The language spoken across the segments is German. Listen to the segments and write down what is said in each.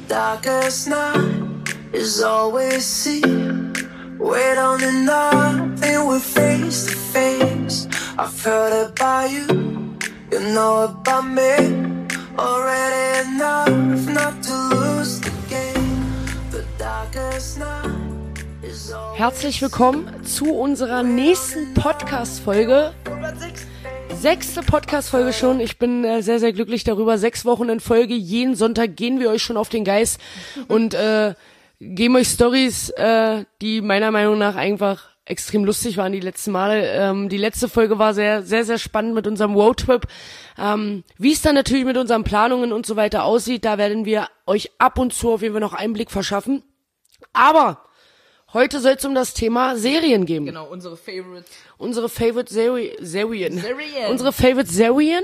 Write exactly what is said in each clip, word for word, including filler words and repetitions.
darkest night is all we see. Wait on the nothing, we're face to face. I've heard about you, you know about me. Already enough not to lose the game. The darkest night is all. Herzlich willkommen zu unserer nächsten Podcast-Folge. Sechste Podcast-Folge schon. Ich bin äh, sehr, sehr glücklich darüber. Sechs Wochen in Folge. Jeden Sonntag gehen wir euch schon auf den Geist und äh, geben euch Storys, äh, die meiner Meinung nach einfach extrem lustig waren die letzten Male. Ähm, die letzte Folge war sehr, sehr, sehr spannend mit unserem Roadtrip. Ähm, wie es dann natürlich mit unseren Planungen und so weiter aussieht, da werden wir euch ab und zu auf jeden Fall noch Einblick verschaffen. Aber heute soll es um das Thema Serien gehen. Genau, unsere Favorites. Unsere Favorite Seri- Serien. Serien. Unsere Favorite Serien.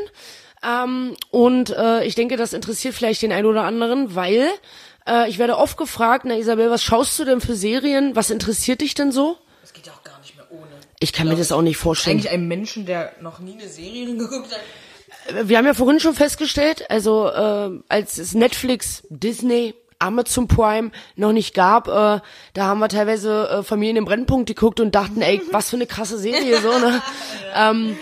Ähm, und äh, ich denke, das interessiert vielleicht den einen oder anderen, weil äh, ich werde oft gefragt, na Isabel, was schaust du denn für Serien? Was interessiert dich denn so? Das geht ja auch gar nicht mehr ohne. Ich kann mir das auch nicht vorstellen. Eigentlich ein Menschen, der noch nie eine Serie geguckt hat. Wir haben ja vorhin schon festgestellt, also äh, als es Netflix, Disney, Amazon Prime noch nicht gab, äh, da haben wir teilweise äh, Familien im Brennpunkt geguckt und dachten, ey, was für eine krasse Serie, so, ne? ähm,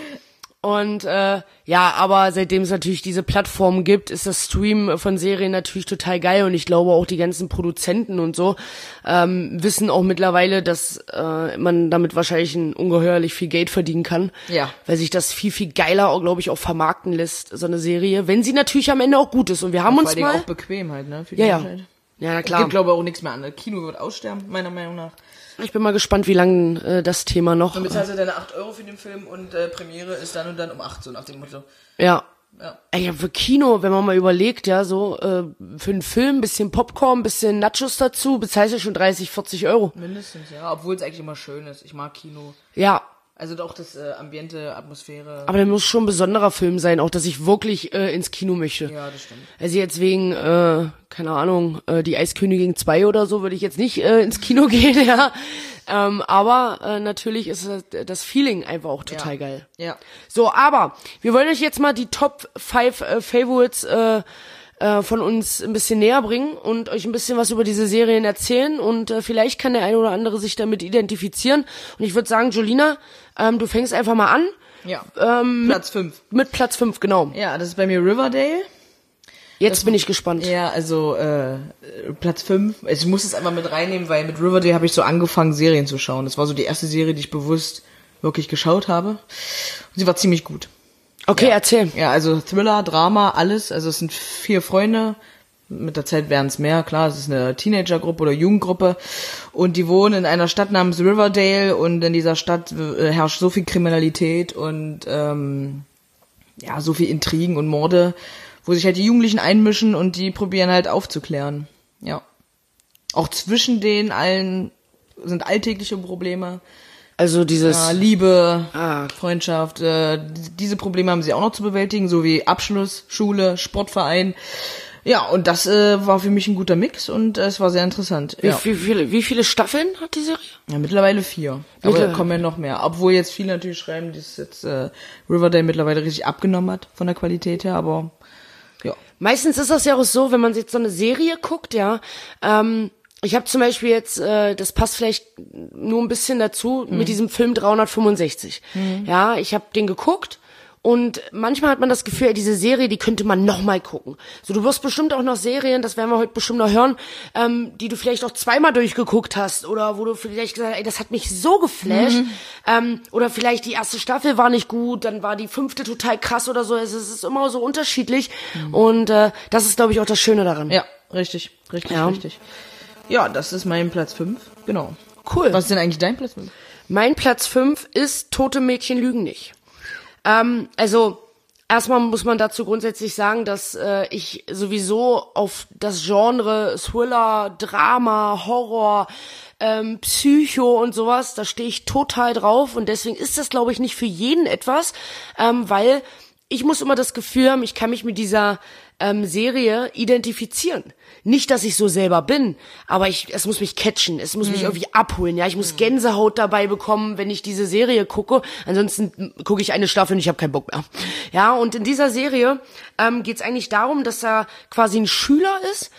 und äh, ja, aber seitdem es natürlich diese Plattform gibt, ist das Stream von Serien natürlich total geil und ich glaube auch die ganzen Produzenten und so ähm, wissen auch mittlerweile, dass äh, man damit wahrscheinlich ein ungeheuerlich viel Geld verdienen kann, Ja. weil sich das viel, viel geiler, glaube ich, auch vermarkten lässt, so eine Serie, wenn sie natürlich am Ende auch gut ist und wir haben Vor uns allen Dingen mal... auch bequem halt, ne? Für die Ja, ja. Menschheit. Ja, na Es klar. gibt, glaube ich, auch nichts mehr an. Das Kino wird aussterben, meiner Meinung nach. Ich bin mal gespannt, wie lange äh, das Thema noch... Dann bezahlst du deine acht Euro für den Film und äh, Premiere ist dann und dann um acht, so nach dem Motto. Ja. Ja. Ey, ja, für Kino, wenn man mal überlegt, ja, so äh, für einen Film, bisschen Popcorn, bisschen Nachos dazu, bezahlst du schon dreißig, vierzig Euro. Mindestens, ja. Obwohl es eigentlich immer schön ist. Ich mag Kino. Ja, Also auch das äh, Ambiente, Atmosphäre. aber der muss schon ein besonderer Film sein, auch dass ich wirklich äh, ins Kino möchte. Ja, das stimmt. Also jetzt wegen, äh, keine Ahnung, äh, die Eiskönigin zwei oder so würde ich jetzt nicht äh, ins Kino gehen, ja. Ähm, aber äh, natürlich ist das, das Feeling einfach auch total Ja. geil. Ja. So, aber wir wollen euch jetzt mal die Top fünf äh, Favorites äh, äh, von uns ein bisschen näher bringen und euch ein bisschen was über diese Serien erzählen und äh, vielleicht kann der eine oder andere sich damit identifizieren. Und ich würde sagen, Jolina, ähm, du fängst einfach mal an. Ja. Ähm, Platz fünf. Mit Platz fünf, genau. Ja, das ist bei mir Riverdale. Jetzt bin ich gespannt. Ja, also äh, Platz fünf. Ich muss es einmal mit reinnehmen, weil mit Riverdale habe ich so angefangen, Serien zu schauen. Das war so die erste Serie, die ich bewusst wirklich geschaut habe. Und sie war ziemlich gut. Okay, Ja. erzähl. Ja, also Thriller, Drama, alles. Also es sind vier Freunde. Mit der Zeit werden es mehr, klar, es ist eine Teenagergruppe oder Jugendgruppe. Und die wohnen in einer Stadt namens Riverdale und in dieser Stadt äh, herrscht so viel Kriminalität und ähm, ja, so viel Intrigen und Morde, wo sich halt die Jugendlichen einmischen und die probieren halt aufzuklären. Ja. Auch zwischen denen allen sind alltägliche Probleme. Also dieses... Ja, Liebe, Ah. Freundschaft, äh, diese Probleme haben sie auch noch zu bewältigen, so wie Abschluss, Schule, Sportverein. Ja, und das äh, war für mich ein guter Mix und äh, es war sehr interessant. Wie, Ja. wie, viele, wie viele Staffeln hat die Serie? Ja, mittlerweile vier. Aber Mittler- da kommen ja noch mehr. Obwohl jetzt viele natürlich schreiben, dass jetzt äh, Riverdale mittlerweile richtig abgenommen hat von der Qualität her, aber ja. Meistens ist das ja auch so, wenn man jetzt so eine Serie guckt, ja. Ähm, ich habe zum Beispiel jetzt, äh, das passt vielleicht nur ein bisschen dazu, Mhm. mit diesem Film dreihundertfünfundsechzig. Ja, ich habe den geguckt. Und manchmal hat man das Gefühl, ey, diese Serie, die könnte man nochmal gucken. So, du wirst bestimmt auch noch Serien, das werden wir heute bestimmt noch hören, ähm, die du vielleicht auch zweimal durchgeguckt hast oder wo du vielleicht gesagt hast, ey, das hat mich so geflasht. Mhm. Ähm, oder vielleicht die erste Staffel war nicht gut, dann war die fünfte total krass oder so. Es ist immer so unterschiedlich. Und äh, das ist, glaube ich, auch das Schöne daran. Ja, richtig, richtig, Ja. richtig. Ja, das ist mein Platz fünf, genau. Cool. Was ist denn eigentlich dein Platz fünf? Mein Platz fünf ist Tote Mädchen lügen nicht. Ähm, also erstmal muss man dazu grundsätzlich sagen, dass äh, ich sowieso auf das Genre Thriller, Drama, Horror, ähm, Psycho und sowas, da stehe ich total drauf und deswegen ist das, glaube ich, nicht für jeden etwas, ähm, weil ich muss immer das Gefühl haben, ich kann mich mit dieser ähm, Serie identifizieren. Nicht, dass ich so selber bin, aber ich, es muss mich catchen, es muss mich irgendwie abholen, ja, ich muss Gänsehaut dabei bekommen, wenn ich diese Serie gucke, ansonsten gucke ich eine Staffel und ich habe keinen Bock mehr. Ja, und in dieser Serie ähm, geht es eigentlich darum, dass er quasi ein Schüler ist,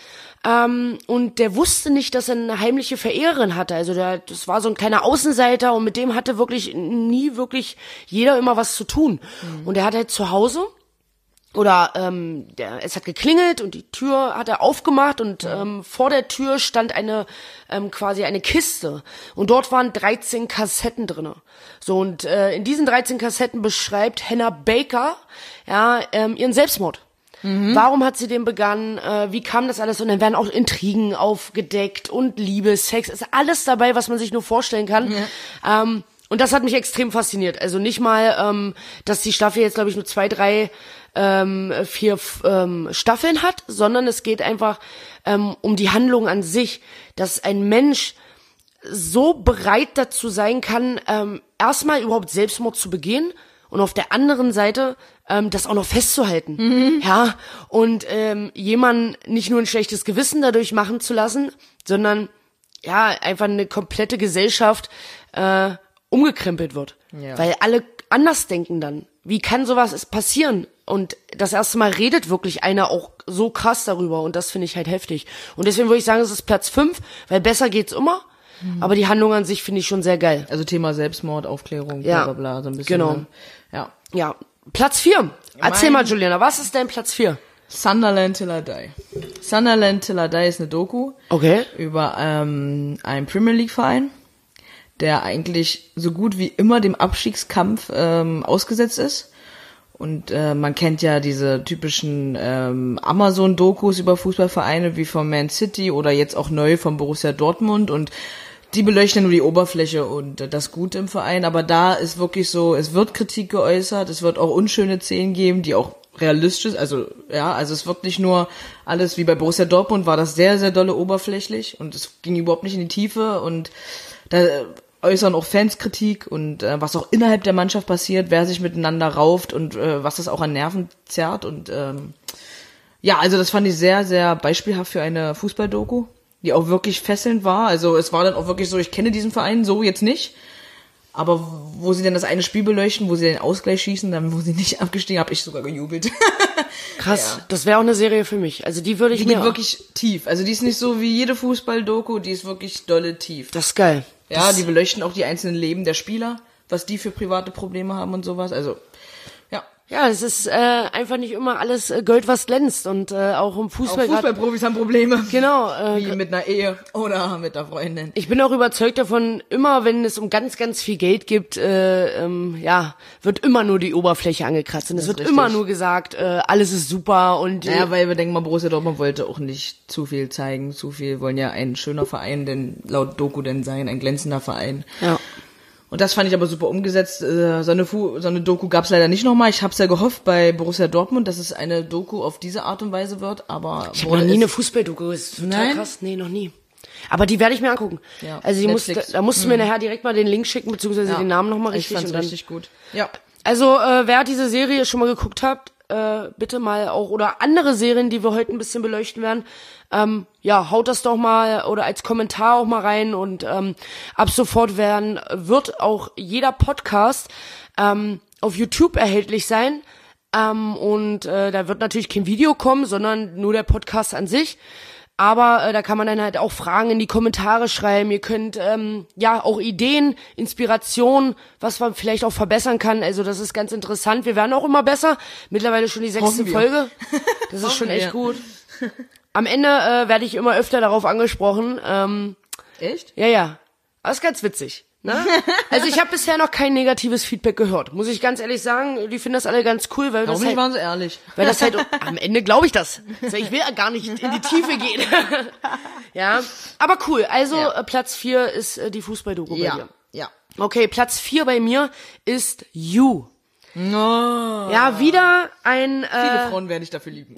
Ähm, und der wusste nicht, dass er eine heimliche Verehrerin hatte. Also der, das war so ein kleiner Außenseiter und mit dem hatte wirklich nie wirklich jeder immer was zu tun. Mhm. Und er hat halt zu Hause oder ähm, der, es hat geklingelt und die Tür hat er aufgemacht und mhm. ähm, vor der Tür stand eine ähm, quasi eine Kiste und dort waren dreizehn Kassetten drinne. So und äh, in diesen dreizehn Kassetten beschreibt Hannah Baker ja ähm, ihren Selbstmord. Mhm. Warum hat sie den begangen? Äh, wie kam das alles? Und dann werden auch Intrigen aufgedeckt und Liebe, Sex, ist alles dabei, was man sich nur vorstellen kann. Ja. Ähm, und das hat mich extrem fasziniert. Also nicht mal, ähm, dass die Staffel jetzt, glaube ich, nur zwei, drei, ähm, vier ähm, Staffeln hat, sondern es geht einfach ähm, um die Handlung an sich, dass ein Mensch so bereit dazu sein kann, ähm, erstmal überhaupt Selbstmord zu begehen und auf der anderen Seite ähm, das auch noch festzuhalten. Mhm. Ja, und ähm, jemanden nicht nur ein schlechtes Gewissen dadurch machen zu lassen, sondern ja, einfach eine komplette Gesellschaft äh, umgekrempelt wird. Ja. Weil alle anders denken dann. Wie kann sowas passieren? Und das erste Mal redet wirklich einer auch so krass darüber und das finde ich halt heftig. Und deswegen würde ich sagen, es ist Platz fünf, weil besser geht's immer. Mhm. Aber die Handlung an sich finde ich schon sehr geil. Also Thema Selbstmord, Aufklärung, ja. bla bla bla, so ein bisschen. Genau. Ne? Ja. Ja. Platz vier. Erzähl mein mal, Juliana, was ist dein Platz vier? Sunderland Till I Die. Sunderland Till I Die ist eine Doku. Okay. Über ähm, einen Premier League Verein, der eigentlich so gut wie immer dem Abstiegskampf ähm, ausgesetzt ist. Und äh, man kennt ja diese typischen ähm, Amazon-Dokus über Fußballvereine wie von Man City oder jetzt auch neu von Borussia Dortmund und die beleuchten nur die Oberfläche und äh, das Gute im Verein, aber da ist wirklich so, es wird Kritik geäußert, es wird auch unschöne Szenen geben, die auch realistisch, also ja, also es wird nicht nur alles wie bei Borussia Dortmund, war das sehr, sehr dolle oberflächlich und es ging überhaupt nicht in die Tiefe und da äußern auch Fans Kritik und äh, was auch innerhalb der Mannschaft passiert, wer sich miteinander rauft und äh, was das auch an Nerven zerrt und ähm, ja, also das fand ich sehr, sehr beispielhaft für eine Fußballdoku, die auch wirklich fesselnd war. Also es war dann auch wirklich so, ich kenne diesen Verein so jetzt nicht, aber wo sie dann das eine Spiel beleuchten, wo sie den Ausgleich schießen, dann wo sie nicht abgestiegen, habe ich sogar gejubelt. Krass, ja. Das wäre auch eine Serie für mich. Also die würde ich die mir... Die geht wirklich tief. Also die ist nicht so wie jede Fußball-Doku, die ist wirklich dolle tief. Das ist geil. Ja, das die beleuchten auch die einzelnen Leben der Spieler, was die für private Probleme haben und sowas. Also, ja. Ja, es ist äh, einfach nicht immer alles äh, Gold, was glänzt und äh, auch im Fußball. Auch Fußballprofis haben Probleme. Genau. Äh, wie mit einer Ehe oder mit einer Freundin. Ich bin auch überzeugt davon, immer wenn es um ganz, ganz viel Geld gibt, äh, ähm, ja, wird immer nur die Oberfläche angekratzt und es wird richtig. Immer nur gesagt, äh, alles ist super und... Naja, weil wir denken mal, Borussia Dortmund wollte auch nicht zu viel zeigen, zu viel, wollen ja ein schöner Verein, denn laut Doku denn sein, ein glänzender Verein. Ja. Und das fand ich aber super umgesetzt. So eine, Fu- so eine Doku gab's leider nicht nochmal. Ich hab's ja gehofft bei Borussia Dortmund, dass es eine Doku auf diese Art und Weise wird, aber... Ich habe noch nie eine Fußballdoku, das ist total Nein? krass. Nee, noch nie. Aber die werde ich mir angucken. Ja, also die musst, da musst du mir mhm. nachher direkt mal den Link schicken, beziehungsweise ja, den Namen nochmal richtig. Ich fand's und dann, richtig gut. Ja. Also, äh, wer diese Serie schon mal geguckt hat, äh, bitte mal auch, oder andere Serien, die wir heute ein bisschen beleuchten werden, ähm, ja, haut das doch mal oder als Kommentar auch mal rein und ähm, ab sofort werden, wird auch jeder Podcast ähm, auf YouTube erhältlich sein ähm, und äh, da wird natürlich kein Video kommen, sondern nur der Podcast an sich. Aber äh, da kann man dann halt auch Fragen in die Kommentare schreiben. Ihr könnt ähm, ja auch Ideen, Inspiration, was man vielleicht auch verbessern kann. Also das ist ganz interessant. Wir werden auch immer besser. Mittlerweile schon die sechste Folge. Das ist schon echt gut. Am Ende äh, werde ich immer öfter darauf angesprochen. Ähm, echt? Ja, ja. Aber ist ganz witzig. Ne? Also ich habe bisher noch kein negatives Feedback gehört, muss ich ganz ehrlich sagen. Die finden das alle ganz cool, weil Warum das halt, waren sie ehrlich? Weil das halt am Ende glaube ich das. Also ich will ja gar nicht in die Tiefe gehen. Ja, aber cool. Also ja. äh, Platz vier ist äh, die Fußballdoku ja. bei dir. Ja. Okay, Platz vier bei mir ist You. No. Ja, wieder ein... Äh, Viele Frauen werden dich dafür lieben.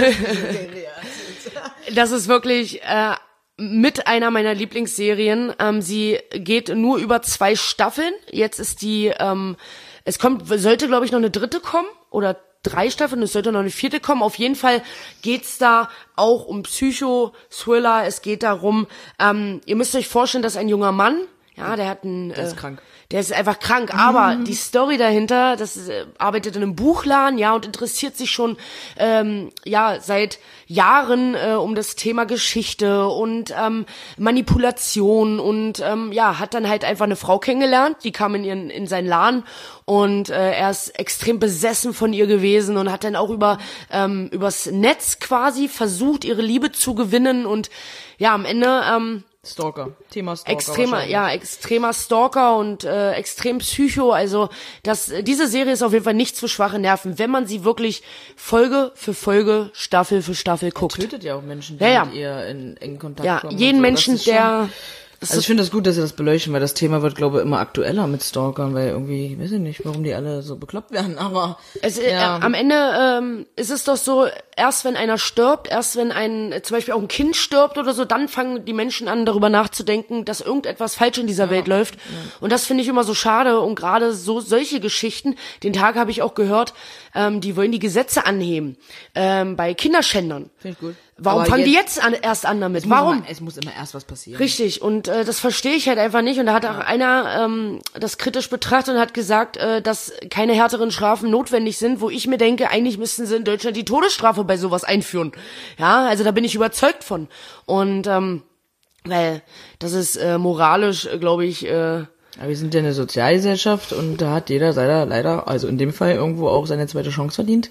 Das ist wirklich... Äh, mit einer meiner Lieblingsserien. Ähm, sie geht nur über zwei Staffeln. Jetzt ist die, ähm, es kommt, sollte glaube ich noch eine dritte kommen oder drei Staffeln, es sollte noch eine vierte kommen. Auf jeden Fall geht's da auch um Psycho-Thriller. Es geht darum, ähm, ihr müsst euch vorstellen, dass ein junger Mann Ja, der hat einen... Der ist äh, krank. Der ist einfach krank, aber die Story dahinter, das ist, äh, arbeitet in einem Buchladen, ja, und interessiert sich schon, ähm, ja, seit Jahren äh, um das Thema Geschichte und ähm, Manipulation und ähm, ja, hat dann halt einfach eine Frau kennengelernt, die kam in ihren in seinen Laden und äh, er ist extrem besessen von ihr gewesen und hat dann auch über ähm, übers Netz quasi versucht, ihre Liebe zu gewinnen und ja, am Ende ähm, Stalker. Thema Stalker. extremer, ja, extremer Stalker und äh, extrem Psycho. Also das, diese Serie ist auf jeden Fall nicht für schwache Nerven, wenn man sie wirklich Folge für Folge, Staffel für Staffel guckt. Tötet ja auch Menschen, die Ja, ja. mit ihr in engen Kontakt Ja, kommen. jeden und so. Menschen, Das ist schon- der... Also ich finde das gut, dass sie das beleuchten, weil das Thema wird, glaube ich, immer aktueller mit Stalkern, weil irgendwie, weiß ich nicht, warum die alle so bekloppt werden, aber Es, ja. äh, am Ende ähm, ist es doch so, erst wenn einer stirbt, erst wenn ein, äh, zum Beispiel auch ein Kind stirbt oder so, dann fangen die Menschen an, darüber nachzudenken, dass irgendetwas falsch in dieser Welt läuft. Und das finde ich immer so schade. Und gerade so solche Geschichten, den Tag habe ich auch gehört, ähm, die wollen die Gesetze anheben ähm, bei Kinderschändern. Finde ich gut. Warum Aber fangen die jetzt- jetzt an, erst an damit? Es muss Warum? Immer, es muss immer erst was passieren. Richtig, und äh, das verstehe ich halt einfach nicht. Und da hat auch einer ähm, das kritisch betrachtet und hat gesagt, äh, dass keine härteren Strafen notwendig sind, wo ich mir denke, eigentlich müssten sie in Deutschland die Todesstrafe bei sowas einführen. Ja, also da bin ich überzeugt von. Und ähm, weil das ist äh, moralisch, äh, glaube ich, äh, Aber wir sind ja eine Sozialgesellschaft und da hat jeder leider, leider, also in dem Fall irgendwo auch seine zweite Chance verdient,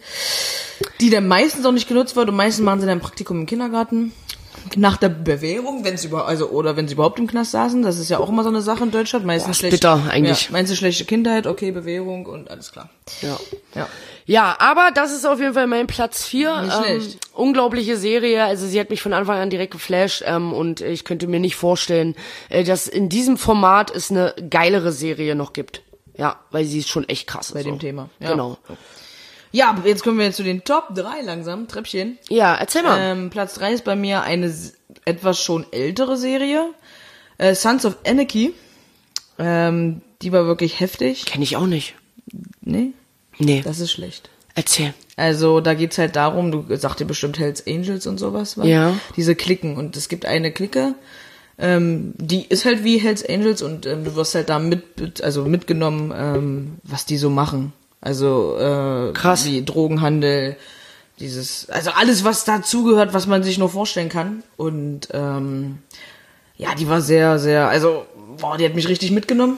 die dann meistens auch nicht genutzt wird und meistens machen sie dann ein Praktikum im Kindergarten. Nach der Bewährung, wenn sie über, also, oder wenn sie überhaupt im Knast saßen, das ist ja auch immer so eine Sache in Deutschland, meistens Boah, ist schlecht. bitter eigentlich. Ja, meistens schlechte Kindheit, okay, Bewährung und alles klar. ja. Ja. Ja, aber das ist auf jeden Fall mein Platz vier. Nicht Ähm, schlecht. unglaubliche Serie, also sie hat mich von Anfang an direkt geflasht ähm, und ich könnte mir nicht vorstellen, äh, dass in diesem Format es eine geilere Serie noch gibt. Ja, weil sie ist schon echt krass. Bei so. dem Thema. Ja. Genau. Ja, aber jetzt kommen wir jetzt zu den Top drei langsam, Treppchen. Ja, erzähl mal. Ähm, Platz drei ist bei mir eine s- etwas schon ältere Serie, äh, Sons of Anarchy. Ähm, die war wirklich heftig. Kenn ich auch nicht. Nee, Nee, das ist schlecht. erzähl. Also da geht's halt darum, du sagst dir bestimmt Hells Angels und sowas, wa? Ja. Diese Cliquen und es gibt eine Clique, ähm, die ist halt wie Hells Angels und ähm, du wirst halt da mit, also mitgenommen, ähm, was die so machen. Also äh, Krass. wie Drogenhandel, dieses, also alles, was dazugehört, was man sich nur vorstellen kann. Und ähm, ja, die war sehr, sehr, also boah, die hat mich richtig mitgenommen.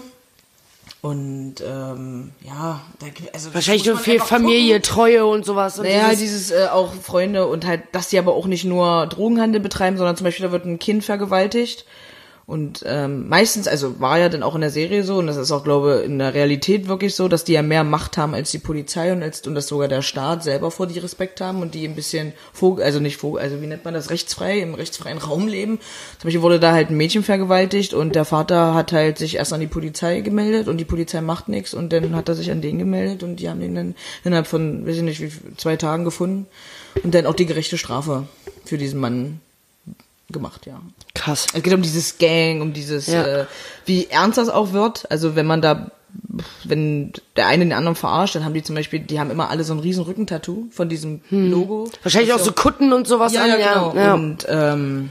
Und ähm, ja, da gibt also Wahrscheinlich muss nur man viel einfach Familie, gucken. Treue und sowas. Und Naja, dieses, dieses äh, auch Freunde und halt, dass die aber auch nicht nur Drogenhandel betreiben, sondern zum Beispiel da wird ein Kind vergewaltigt und ähm, meistens, also war ja dann auch in der Serie so und das ist auch, glaube ich, in der Realität wirklich so, dass die ja mehr Macht haben als die Polizei und als und dass sogar der Staat selber vor die Respekt haben und die ein bisschen Vogel, also nicht Vogel, also wie nennt man das, rechtsfrei, im rechtsfreien Raum leben. Zum Beispiel wurde da halt ein Mädchen vergewaltigt und der Vater hat halt sich erst an die Polizei gemeldet und die Polizei macht nichts und dann hat er sich an den gemeldet und die haben den dann innerhalb von, weiß ich nicht, wie zwei Tagen gefunden und dann auch die gerechte Strafe für diesen Mann gemacht, ja. krass. Es geht um dieses Gang, um dieses, Ja. äh, wie ernst das auch wird. Also wenn man da, wenn der eine den anderen verarscht, dann haben die zum Beispiel, die haben immer alle so ein riesen Rückentattoo von diesem Logo. Wahrscheinlich auch Das so ist Kutten und sowas ja, an. ja, genau. Ja. Und ähm,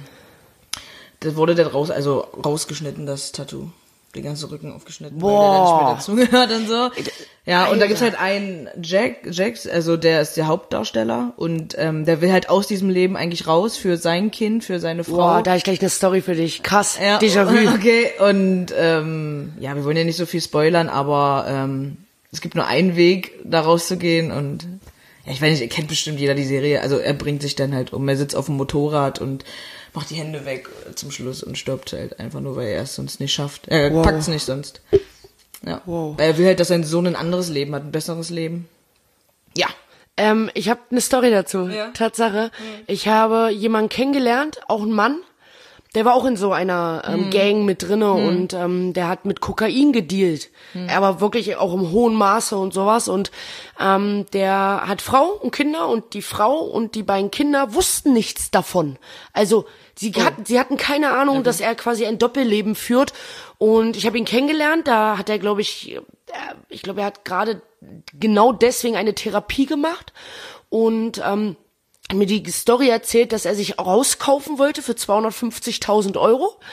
das wurde dann raus, also rausgeschnitten, das Tattoo. Den ganzen Rücken aufgeschnitten, Boah. weil der dann nicht mehr dazugehört und so. Ja, und da Alter. gibt's halt einen Jack, Jax, also der ist der Hauptdarsteller und ähm, der will halt aus diesem Leben eigentlich raus für sein Kind, für seine Frau. Boah, da hab ich gleich eine Story für dich. Krass. Ja, Déjà-vu. okay, und ähm, ja, wir wollen ja nicht so viel spoilern, aber ähm, es gibt nur einen Weg, da rauszugehen und ja, ich weiß nicht, ihr kennt bestimmt jeder die Serie, also er bringt sich dann halt um, er sitzt auf dem Motorrad und macht die Hände weg zum Schluss und stirbt halt einfach nur, weil er es sonst nicht schafft. Er Wow. packt's nicht sonst. Ja. Wow. Weil er will halt, dass sein Sohn ein anderes Leben hat, ein besseres Leben. Ja. Ähm, ich habe eine Story dazu. Ja. Tatsache. Ich habe jemanden kennengelernt, auch einen Mann, der war auch in so einer ähm, Gang mit drinne und ähm, der hat mit Kokain gedealt. Er war wirklich auch im hohen Maße und sowas und ähm, der hat Frau und Kinder und die Frau und die beiden Kinder wussten nichts davon. Also sie, hat, sie hatten keine Ahnung, dass er quasi ein Doppelleben führt und ich habe ihn kennengelernt, da hat er, glaube ich, äh, ich glaube, er hat gerade genau deswegen eine Therapie gemacht und ähm, mir die Story erzählt, dass er sich rauskaufen wollte für zweihundertfünfzigtausend Euro.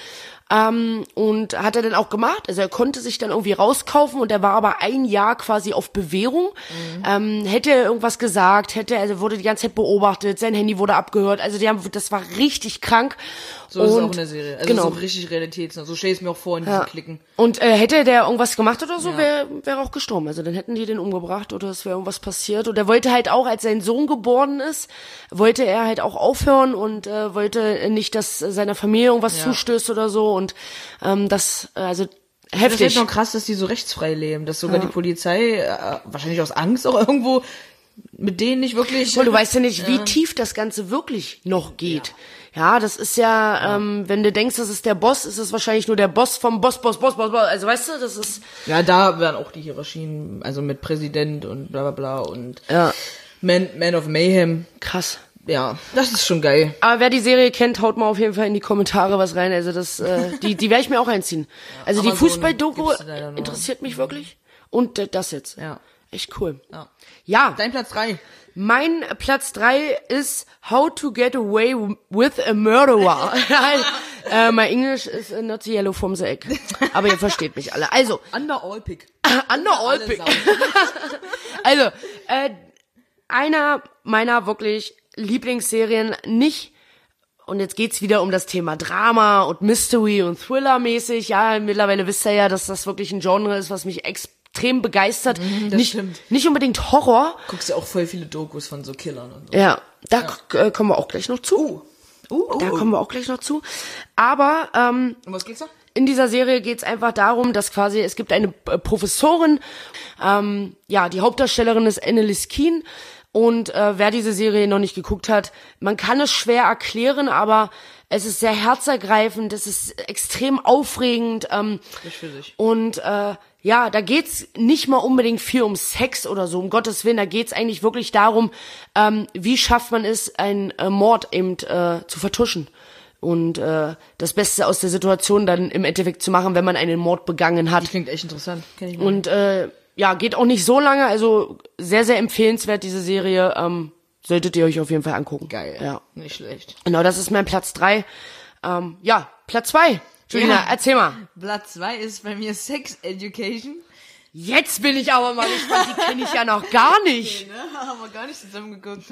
Ähm, und hat er dann auch gemacht. Also er konnte sich dann irgendwie rauskaufen und er war aber ein Jahr quasi auf Bewährung. Mhm. Ähm, hätte er irgendwas gesagt, hätte er, also wurde die ganze Zeit beobachtet, sein Handy wurde abgehört. Also die haben, das war richtig krank. So ist und, es auch in der Serie. Also genau. so richtig realitätsnah. So stell ich es mir auch vor in diesen Ja. Klicken. Und äh, hätte der irgendwas gemacht oder so, Ja. wäre wär auch gestorben. Also dann hätten die den umgebracht oder es wäre irgendwas passiert. Und er wollte halt auch, als sein Sohn geboren ist, wollte er halt auch aufhören und äh, wollte nicht, dass seiner Familie irgendwas Ja. zustößt oder so. Und ähm, das, äh, also Das heftig. ist halt noch krass, dass die so rechtsfrei leben, dass sogar die Polizei, äh, wahrscheinlich aus Angst auch irgendwo, mit denen nicht wirklich... Und du weißt ja nicht, wie tief das Ganze wirklich noch geht. Ja, ja das ist ja, ja. Ähm, wenn du denkst, das ist der Boss, ist es wahrscheinlich nur der Boss vom Boss, Boss, Boss, Boss, Boss. Also weißt du, das ist... Ja, da werden auch die Hierarchien, also mit Präsident und bla bla bla und ja. Man, Man of Mayhem. Krass. Ja, das ist schon geil. Aber wer die Serie kennt, haut mal auf jeden Fall in die Kommentare was rein. Also das, äh, die, die werde ich mir auch einziehen. Ja, also die Amazon Fußball-Doku gibt's leider nur. interessiert mich wirklich. Und äh, das jetzt. Ja. Echt cool. Ja. Ja. Dein Platz drei. Mein Platz drei ist How to Get Away with a Murderer. uh, my English is not the yellow from the egg. Aber ihr versteht mich alle. Also. Under all pick. Under all pick. Also, äh, einer meiner wirklich Lieblingsserien, nicht, und jetzt geht's wieder um das Thema Drama und Mystery und Thriller-mäßig. Ja, mittlerweile wisst ihr ja, dass das wirklich ein Genre ist, was mich extrem begeistert. Mhm, das nicht, stimmt. nicht unbedingt Horror. Guckst ja auch voll viele Dokus von so Killern und so. Ja, da ja. Äh, kommen wir auch gleich noch zu. Uh, uh, da uh. kommen wir auch gleich noch zu. Aber ähm, um was geht's da? In dieser Serie geht's einfach darum, dass quasi, es gibt eine äh, Professorin, ähm, ja, die Hauptdarstellerin ist Annalise Keene. Und äh, wer diese Serie noch nicht geguckt hat, man kann es schwer erklären, aber es ist sehr herzergreifend, es ist extrem aufregend. Ähm, Nicht für sich. Und äh, ja, da geht's nicht mal unbedingt viel um Sex oder so, um Gottes Willen. Da geht's eigentlich wirklich darum, ähm, wie schafft man es, einen äh, Mord eben äh, zu vertuschen. Und äh, das Beste aus der Situation dann im Endeffekt zu machen, wenn man einen Mord begangen hat. Das klingt echt interessant. Kenn ich mal. Und äh, ja, geht auch nicht so lange, also sehr, sehr empfehlenswert, diese Serie. Ähm, solltet ihr euch auf jeden Fall angucken. Geil. Ja. Nicht schlecht. Genau, das ist mein Platz drei. Ähm, ja, Platz zwei. Julina, Ja. erzähl mal. Platz zwei ist bei mir Sex Education. Jetzt bin ich aber mal gespannt, die kenne ich ja noch gar nicht. Okay, ne? Haben wir gar nicht zusammen geguckt.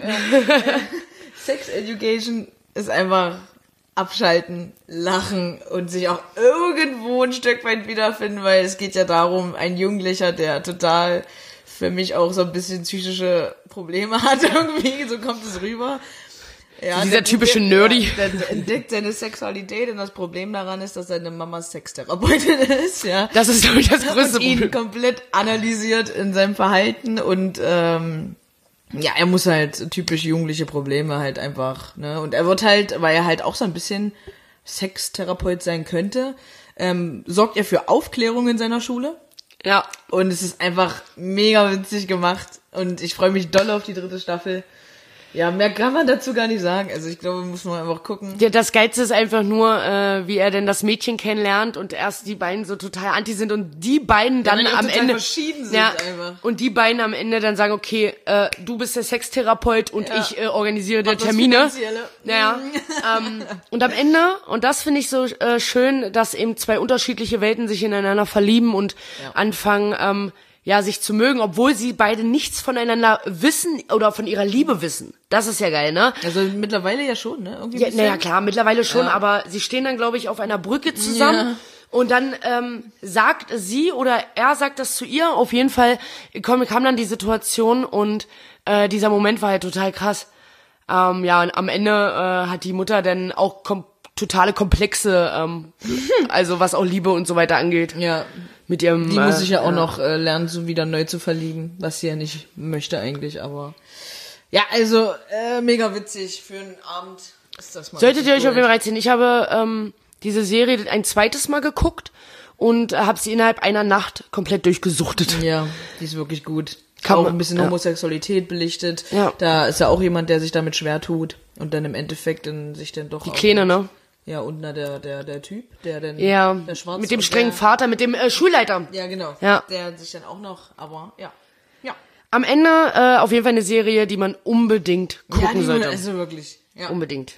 Sex Education ist einfach abschalten, lachen und sich auch irgendwo ein Stück weit wiederfinden, weil es geht ja darum, ein Jugendlicher, der total für mich auch so ein bisschen psychische Probleme hat irgendwie, so kommt es rüber. Ja, Dieser der typische entdeckt- Nerdy. Ja, der entdeckt seine Sexualität und das Problem daran ist, dass seine Mama Sextherapeutin ist, ja. Das ist, glaube ich, das größte Und ihn Problem. komplett analysiert in seinem Verhalten und ähm, ja, er muss halt typisch jugendliche Probleme halt einfach, ne? Und er wird halt, weil er halt auch so ein bisschen Sextherapeut sein könnte, ähm, sorgt er für Aufklärung in seiner Schule. Ja. Und es ist einfach mega witzig gemacht. Und ich freue mich doll auf die dritte Staffel. Ja, mehr kann man dazu gar nicht sagen. Also ich glaube, muss man einfach gucken. Ja, das Geilste ist einfach nur, äh, wie er denn das Mädchen kennenlernt und erst die beiden so total anti sind und die beiden dann weil die auch am total Ende verschieden sind ja, einfach. und die beiden am Ende dann sagen, okay, äh, du bist der Sextherapeut und Ja. ich äh, organisiere dir Mach das Termine. Finanzielle. Ja. ähm, und am Ende, und das finde ich so äh, schön, dass eben zwei unterschiedliche Welten sich ineinander verlieben und Ja. anfangen, ähm, ja, sich zu mögen, obwohl sie beide nichts voneinander wissen oder von ihrer Liebe wissen. Das ist ja geil, ne? Also mittlerweile ja schon, ne? Irgendwie ein Ja, bisschen. naja, klar, mittlerweile schon, Ja. aber sie stehen dann, glaube ich, auf einer Brücke zusammen. Ja. Und dann ähm, sagt sie oder er sagt das zu ihr. Auf jeden Fall kam, kam dann die Situation und äh, dieser Moment war halt total krass. Ähm, ja, und am Ende äh, hat die Mutter dann auch kom totale Komplexe, ähm, also was auch Liebe und so weiter angeht. Ja. Mit ihrem. Die äh, muss sich ja auch noch äh, lernen, so wieder neu zu verlieben, was sie ja nicht möchte eigentlich, aber ja, also äh, mega witzig für einen Abend ist das mal. Solltet ihr euch auf jeden Fall Fall reinziehen. Ich habe ähm, diese Serie ein zweites Mal geguckt und äh, habe sie innerhalb einer Nacht komplett durchgesuchtet. Ja, die ist wirklich gut. Kann auch man- ein bisschen ja. Homosexualität belichtet. Ja. Da ist ja auch jemand, der sich damit schwer tut und dann im Endeffekt dann sich dann doch Die auch- Kleine, ne? Ja, und na, der der der Typ, der dann Ja, der Schwarze mit dem und strengen der, Vater, mit dem äh, Schulleiter. Ja, genau. Ja. Der sich dann auch noch, aber ja. Ja. Am Ende äh, auf jeden Fall eine Serie, die man unbedingt gucken ja, die, sollte. also wirklich. Ja. Unbedingt.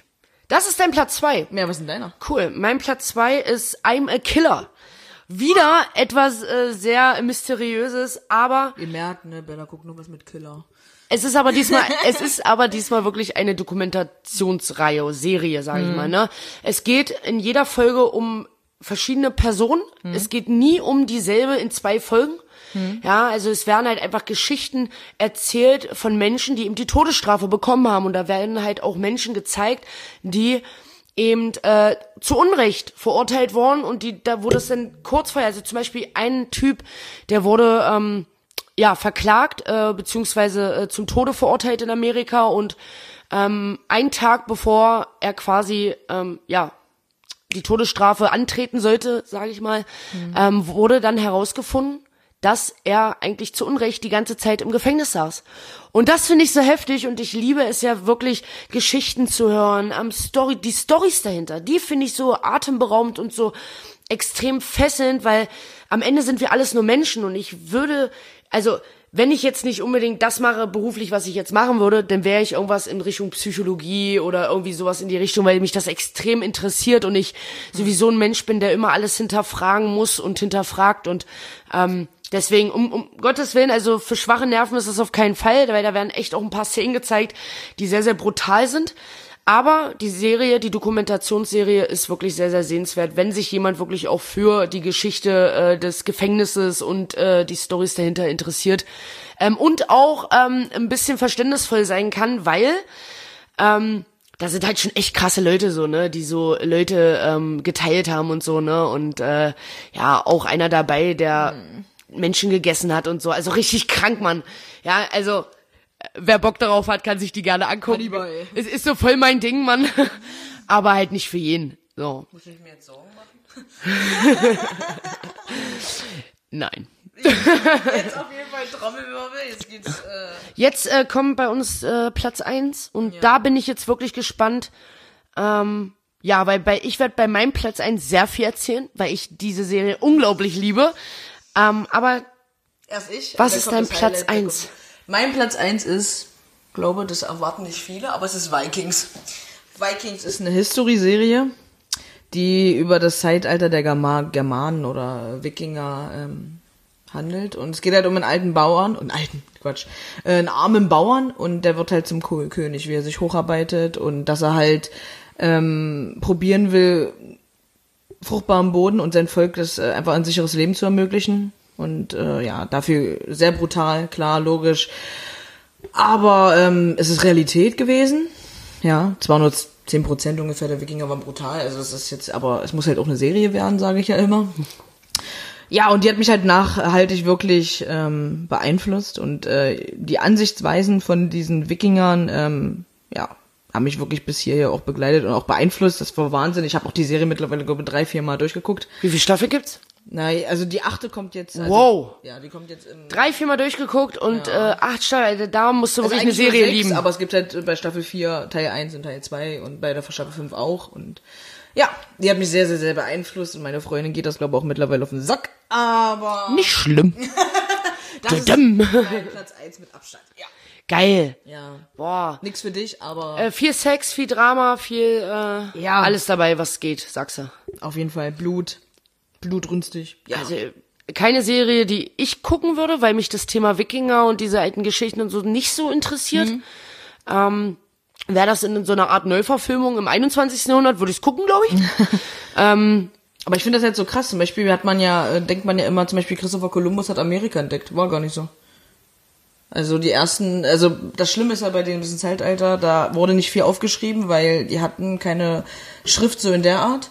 Das ist dein Platz zwei. Ja, was ist denn deiner? Cool. Mein Platz zwei ist I'm a Killer. Wieder etwas äh, sehr Mysteriöses, aber Ihr merkt, ne, Bella guckt nur was mit Killer. es ist aber diesmal, es ist aber diesmal wirklich eine Dokumentationsreihe, Serie, sage ich mal, ne? Es geht in jeder Folge um verschiedene Personen. Mhm. Es geht nie um dieselbe in zwei Folgen. Mhm. Ja, also es werden halt einfach Geschichten erzählt von Menschen, die eben die Todesstrafe bekommen haben. Und da werden halt auch Menschen gezeigt, die eben äh, zu Unrecht verurteilt worden und die da wurde es dann kurz vorher, also zum Beispiel ein Typ, der wurde ähm, ja verklagt äh, beziehungsweise äh, zum Tode verurteilt in Amerika und ähm, einen Tag bevor er quasi ähm, ja die Todesstrafe antreten sollte, sage ich mal, mhm. ähm, wurde dann herausgefunden, dass er eigentlich zu Unrecht die ganze Zeit im Gefängnis saß. Und das finde ich so heftig und ich liebe es ja wirklich, Geschichten zu hören, am Story, die Storys dahinter, die finde ich so atemberaubend und so extrem fesselnd, weil am Ende sind wir alles nur Menschen und ich würde, also wenn ich jetzt nicht unbedingt das mache beruflich, was ich jetzt machen würde, dann wäre ich irgendwas in Richtung Psychologie oder irgendwie sowas in die Richtung, weil mich das extrem interessiert und ich sowieso ein Mensch bin, der immer alles hinterfragen muss und hinterfragt und ähm, deswegen, um, um Gottes Willen, also für schwache Nerven ist das auf keinen Fall, weil da werden echt auch ein paar Szenen gezeigt, die sehr, sehr brutal sind. Aber die Serie, die Dokumentationsserie ist wirklich sehr, sehr sehenswert, wenn sich jemand wirklich auch für die Geschichte äh, des Gefängnisses und äh, die Storys dahinter interessiert. Ähm, und auch ähm, ein bisschen verständnisvoll sein kann, weil ähm, da sind halt schon echt krasse Leute so, ne, die so Leute ähm, geteilt haben und so, ne. Und äh, ja, auch einer dabei, der mhm. Menschen gegessen hat und so. Also richtig krank, Mann. Ja, also wer Bock darauf hat, kann sich die gerne angucken. Hannibal. Es ist so voll mein Ding, Mann. Aber halt nicht für jeden. So. Muss ich mir jetzt Sorgen machen? Nein. Jetzt auf jeden Fall Trommelwirbel. Jetzt geht's. Äh Jetzt äh, kommt bei uns äh, Platz eins und ja. da bin ich jetzt wirklich gespannt. Ähm, ja, weil bei ich werde bei meinem Platz eins sehr viel erzählen, weil ich diese Serie unglaublich liebe. Ähm, aber erst ich. Was ist dein Platz eins? Mein Platz eins ist, glaube, das erwarten nicht viele, aber es ist Vikings. Vikings ist eine History-Serie, die über das Zeitalter der Germa- Germanen oder Wikinger ähm, handelt. Und es geht halt um einen alten Bauern, einen alten, Quatsch, äh, einen armen Bauern und der wird halt zum Ko- König, wie er sich hocharbeitet und dass er halt ähm, probieren will, fruchtbaren Boden und sein Volk das äh, einfach ein sicheres Leben zu ermöglichen. Und äh, ja, dafür sehr brutal, klar, logisch. Aber ähm, es ist Realität gewesen. Ja, zwar nur zehn Prozent ungefähr der Wikinger waren brutal. Also das ist jetzt, aber es muss halt auch eine Serie werden, sage ich ja immer. Ja, und die hat mich halt nachhaltig wirklich ähm, beeinflusst. Und äh, die Ansichtsweisen von diesen Wikingern, ähm, ja, haben mich wirklich bis hierher auch begleitet und auch beeinflusst. Das war Wahnsinn. Ich habe auch die Serie mittlerweile, glaube ich, drei, vier Mal durchgeguckt. Wie viele Staffeln gibt's? Nein, also die achte kommt jetzt. Also, wow. Ja, die kommt jetzt im. Drei, viermal durchgeguckt und Ja. äh, acht Staffeln, da musst du Also wirklich eine eigentlich nur Serie sechs, lieben. Aber es gibt halt bei Staffel vier Teil eins und Teil zwei und bei der Staffel fünf auch. Und ja, die hat mich sehr, sehr, sehr beeinflusst und meine Freundin geht das, glaube ich, auch mittlerweile auf den Sack. Aber Nicht schlimm. das ist Dum. mein Platz eins mit Abstand. Ja. Geil. Ja. Boah. Nix für dich, aber Äh, viel Sex, viel Drama, viel äh, Ja. alles dabei, was geht, sagst du. auf jeden Fall Blut. Blutrünstig. Ja. Also keine Serie, die ich gucken würde, weil mich das Thema Wikinger und diese alten Geschichten und so nicht so interessiert. Mhm. Ähm, wäre das in so einer Art Neuverfilmung im einundzwanzigsten Jahrhundert, würde ich es gucken, glaube ich. ähm, Aber ich finde das halt so krass. Zum Beispiel hat man ja, äh, denkt man ja immer, zum Beispiel Christopher Columbus hat Amerika entdeckt. War gar nicht so. Also die ersten, also das Schlimme ist ja bei dem Zeitalter, da wurde nicht viel aufgeschrieben, weil die hatten keine Schrift so in der Art.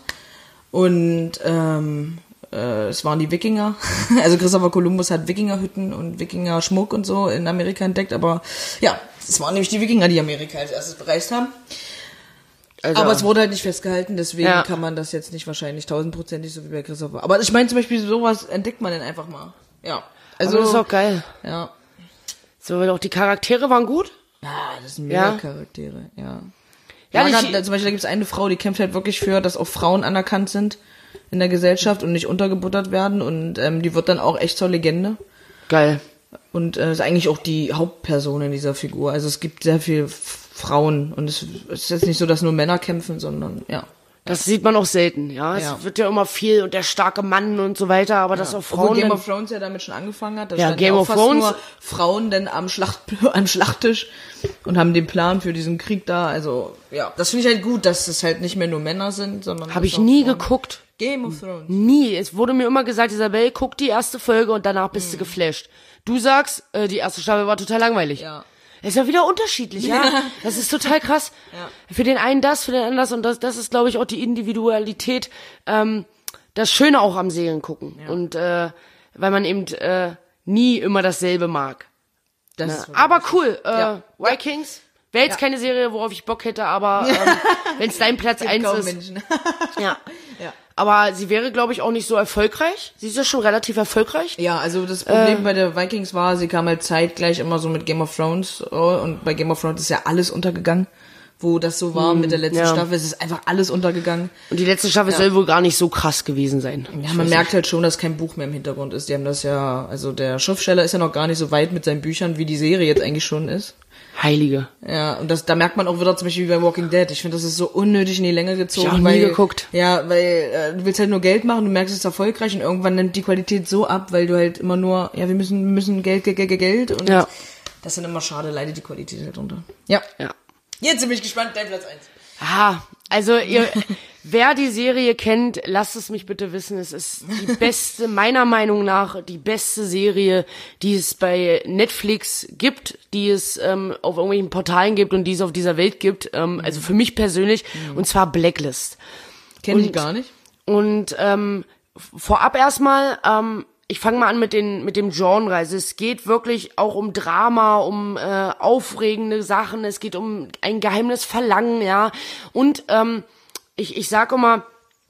Und ähm, äh, es waren die Wikinger. Also Christopher Columbus hat Wikingerhütten und Wikinger-Schmuck und so in Amerika entdeckt. Aber ja, es waren nämlich die Wikinger, die Amerika als erstes bereist haben. also, Aber es wurde halt nicht festgehalten, deswegen Ja. kann man das jetzt nicht wahrscheinlich tausendprozentig so wie bei Christopher. Aber ich meine zum Beispiel, sowas entdeckt man dann einfach mal. Ja. also Also, das ist auch geil. ja. So, auch die Charaktere waren gut. Ja, das sind Ja. mega Charaktere, ja. Ja, Ja, die- da, zum Beispiel, da gibt es eine Frau, die kämpft halt wirklich für, dass auch Frauen anerkannt sind in der Gesellschaft und nicht untergebuttert werden. Und ähm, die wird dann auch echt zur Legende. Geil. Und äh, ist eigentlich auch die Hauptperson in dieser Figur. Also es gibt sehr viel F- Frauen. Und es ist jetzt nicht so, dass nur Männer kämpfen, sondern ja. Das sieht man auch selten, ja. Ja. Es wird ja immer viel und der starke Mann und so weiter, aber dass auch Frauen. Obwohl Game dann, of Thrones ja damit schon angefangen hat. Da Ja, standen Game auch of fast Thrones- nur Frauen denn am Schlacht, am Schlachttisch und haben den Plan für diesen Krieg da. Also, ja. Das finde ich halt gut, dass es halt nicht mehr nur Männer sind, sondern. habe dass ich auch nie Frauen. geguckt. Game of Thrones. Nie. Es wurde mir immer gesagt, Isabel, guck die erste Folge und danach Mhm. bist du geflasht. Du sagst, äh, die erste Staffel war total langweilig. Ja. Ist ja wieder unterschiedlich, ja. Das ist total krass. Ja. Für den einen das, für den anderen das und das, das ist, glaube ich, auch die Individualität, ähm, das Schöne auch am Serien gucken. Ja. Und äh, weil man eben äh, nie immer dasselbe mag. Das Ne? ist wirklich Aber cool, äh, Ja. Vikings. Wäre jetzt Ja. keine Serie, worauf ich Bock hätte, aber ähm, wenn es dein Platz eins kaum ist. Menschen. Ja. Ja. Aber sie wäre, glaube ich, auch nicht so erfolgreich. Sie ist ja schon relativ erfolgreich. Ja, also das Problem Äh. bei der Vikings war, sie kam halt zeitgleich immer so mit Game of Thrones oh, und bei Game of Thrones ist ja alles untergegangen, wo das so war mit der letzten ja. Staffel, es ist einfach alles untergegangen. Und die letzte Staffel soll wohl gar nicht so krass gewesen sein. Ja, man merkt halt schon, dass kein Buch mehr im Hintergrund ist. Die haben das ja, also der Schriftsteller ist ja noch gar nicht so weit mit seinen Büchern, wie die Serie jetzt eigentlich schon ist. Heilige. Ja, und das, da merkt man auch wieder zum Beispiel wie bei Walking Dead. Ich finde, das ist so unnötig in die Länge gezogen. Ich hab auch nie weil, geguckt. Ja, weil äh, du willst halt nur Geld machen, du merkst, es ist erfolgreich und irgendwann nimmt die Qualität so ab, weil du halt immer nur, ja, wir müssen, wir müssen Geld, Geld, Geld, Geld und Ja. das ist dann immer schade, leidet die Qualität halt runter. Ja. Ja. Jetzt bin ich gespannt, dein Platz eins. Ah, also ihr, wer die Serie kennt, lasst es mich bitte wissen. Es ist die beste, meiner Meinung nach, die beste Serie, die es bei Netflix gibt, die es ähm, auf irgendwelchen Portalen gibt und die es auf dieser Welt gibt. Ähm, also für mich persönlich, und zwar Blacklist. Kenn ich Und- gar nicht. Und ähm, vorab erstmal, ähm, ich fange mal an mit den mit dem Genre. Also es geht wirklich auch um Drama, um äh, aufregende Sachen. Es geht um ein geheimes Verlangen, ja. Und ähm, ich ich sage immer,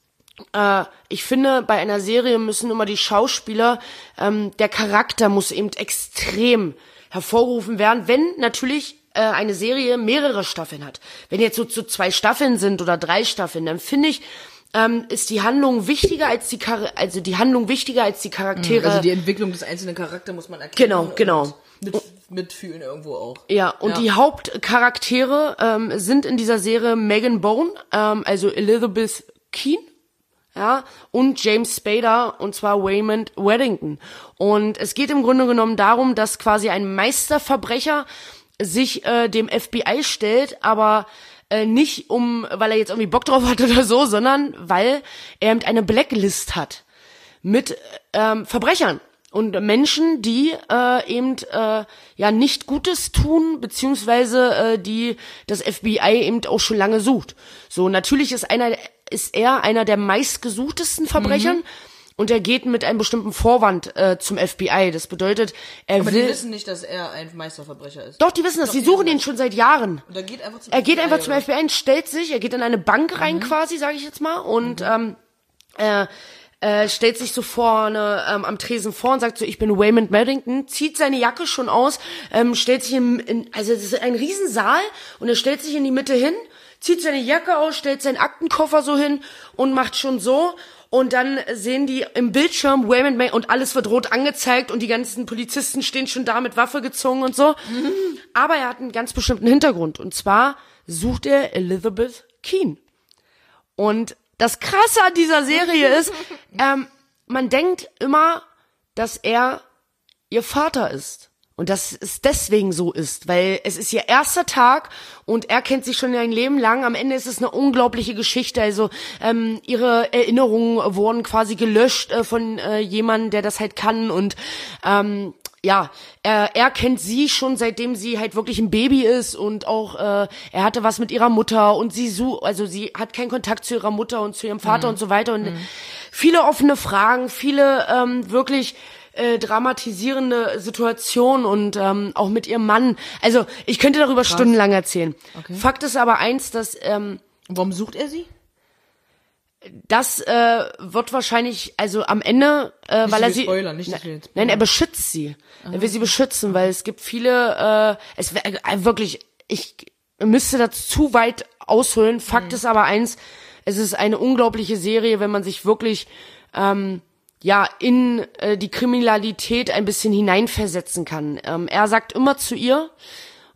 äh, ich finde, bei einer Serie müssen immer die Schauspieler, ähm, der Charakter muss eben extrem hervorgerufen werden, wenn natürlich äh, eine Serie mehrere Staffeln hat. Wenn jetzt so zu zwei Staffeln sind oder drei Staffeln, dann finde ich, ähm, ist die Handlung wichtiger als die Char- also die Handlung wichtiger als die Charaktere. Also die Entwicklung des einzelnen Charakters muss man erkennen. Genau, genau. und Mit, mitfühlen irgendwo auch. Ja, und Ja. die Hauptcharaktere ähm, sind in dieser Serie Megan Bone, ähm, also Elizabeth Keen, ja, und James Spader, und zwar Waymond Weddington. Und es geht im Grunde genommen darum, dass quasi ein Meisterverbrecher sich äh, dem F B I stellt, aber äh, nicht um, weil er jetzt irgendwie Bock drauf hat oder so, sondern weil er eben eine Blacklist hat mit ähm, Verbrechern und Menschen, die äh, eben äh, ja nicht Gutes tun, beziehungsweise äh, die das F B I eben auch schon lange sucht. So, natürlich ist einer ist er einer der meistgesuchtesten Verbrechern. Mhm. Und er geht mit einem bestimmten Vorwand äh, zum F B I. Das bedeutet, er Aber will... die wissen nicht, dass er ein Meisterverbrecher ist. Doch, die wissen das. Doch, Die die suchen wissen ihn schon seit Jahren. Und er geht einfach zum Er geht F B I, einfach zum oder? F B I und stellt sich, er geht in eine Bank rein quasi, sage ich jetzt mal, und ähm, äh, äh, stellt sich so vorne ähm, am Tresen vor und sagt so, ich bin Waymond Weddington, zieht seine Jacke schon aus, ähm, stellt sich in, in, also das ist ein Riesensaal und er stellt sich in die Mitte hin, zieht seine Jacke aus, stellt seinen Aktenkoffer so hin und macht schon so. Und dann sehen die im Bildschirm Waymond May und alles wird rot angezeigt und die ganzen Polizisten stehen schon da mit Waffe gezogen und so. Mhm. Aber er hat einen ganz bestimmten Hintergrund. Und zwar sucht er Elizabeth Keen. Und das Krasse an dieser Serie ist, ähm, man denkt immer, dass er ihr Vater ist. Und dass es deswegen so ist, weil es ist ihr erster Tag und er kennt sie schon ein Leben lang. Am Ende ist es eine unglaubliche Geschichte. Also ähm, ihre Erinnerungen wurden quasi gelöscht äh, von äh, jemandem, der das halt kann. Und ähm, ja, er, er kennt sie schon seitdem sie halt wirklich ein Baby ist und auch äh, er hatte was mit ihrer Mutter und sie so, also sie hat keinen Kontakt zu ihrer Mutter und zu ihrem Vater mhm. und so weiter. Und mhm. viele offene Fragen, viele ähm, wirklich Äh, dramatisierende Situation und ähm, auch mit ihrem Mann. Also ich könnte darüber Krass. stundenlang erzählen. Okay. Fakt ist aber eins, dass ähm, warum sucht er sie? Das äh, wird wahrscheinlich, also am Ende, äh, nicht weil er sie, Spoiler, nicht, dass wir jetzt nein, er beschützt sie. Aha. Er will sie beschützen, weil es gibt viele, äh, es wär, äh, wirklich, ich müsste das zu weit ausholen. Fakt mhm. ist aber eins, es ist eine unglaubliche Serie, wenn man sich wirklich ähm, ja, in äh, die Kriminalität ein bisschen hineinversetzen kann. Ähm, er sagt immer zu ihr,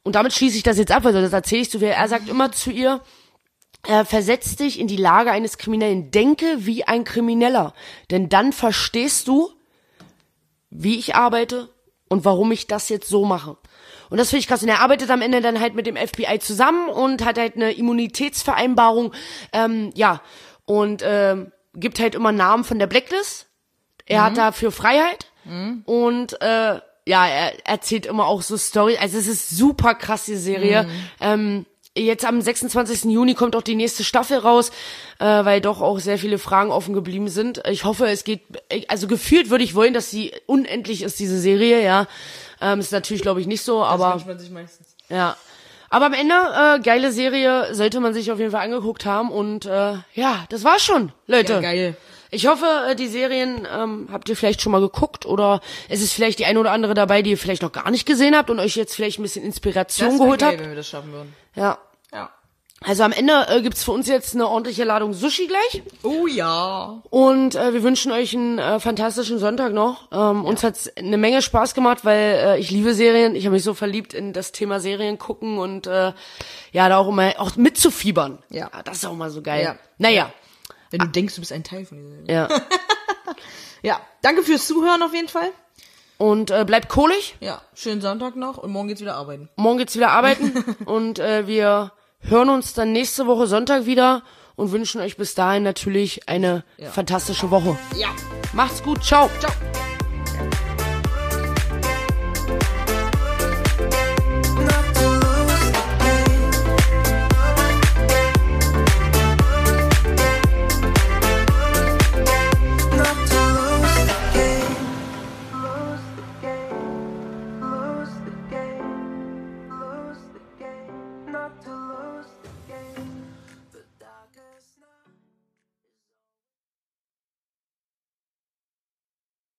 und damit schließe ich das jetzt ab, also das erzähle ich so, wie er sagt immer zu ihr, äh, versetz dich in die Lage eines Kriminellen, denke wie ein Krimineller, denn dann verstehst du, wie ich arbeite und warum ich das jetzt so mache. Und das finde ich krass. Und er arbeitet am Ende dann halt mit dem F B I zusammen und hat halt eine Immunitätsvereinbarung, ähm, ja, und ähm, gibt halt immer Namen von der Blacklist. Er mhm. hat dafür Freiheit mhm. und äh, ja, er erzählt immer auch so Story. Also es ist super krass, die Serie. Mhm. Ähm, jetzt am sechsundzwanzigsten Juni kommt auch die nächste Staffel raus, äh, weil doch auch sehr viele Fragen offen geblieben sind. Ich hoffe, es geht, also gefühlt würde ich wollen, dass sie unendlich ist, diese Serie, ja. Ähm, ist natürlich, glaube ich, nicht so, aber... Das wünscht man sich meistens. Ja. Aber am Ende, äh, geile Serie, sollte man sich auf jeden Fall angeguckt haben und äh, ja, das war's schon, Leute. Ja, geil. Ich hoffe, äh, die Serien ähm, habt ihr vielleicht schon mal geguckt oder es ist vielleicht die eine oder andere dabei, die ihr vielleicht noch gar nicht gesehen habt und euch jetzt vielleicht ein bisschen Inspiration das geholt geil, habt. Wenn wir das schaffen würden. Ja. Ja. Also am Ende äh, gibt's für uns jetzt eine ordentliche Ladung Sushi gleich. Oh ja. Und äh, wir wünschen euch einen äh, fantastischen Sonntag noch. Ähm, ja. Uns hat's eine Menge Spaß gemacht, weil äh, ich liebe Serien. Ich habe mich so verliebt in das Thema Serien gucken und äh, ja, da auch immer auch mitzufiebern. Ja. ja. Das ist auch mal so geil. Ja. Naja. Wenn du ah. denkst, du bist ein Teil von dieser Serie. Ja. Ja. Danke fürs Zuhören auf jeden Fall. Und äh, bleibt kohlig. Ja. Schönen Sonntag noch und morgen geht's wieder arbeiten. Morgen geht's wieder arbeiten und äh, wir hören uns dann nächste Woche Sonntag wieder und wünschen euch bis dahin natürlich eine ja. fantastische Woche. Ja. Macht's gut. Ciao. Ciao.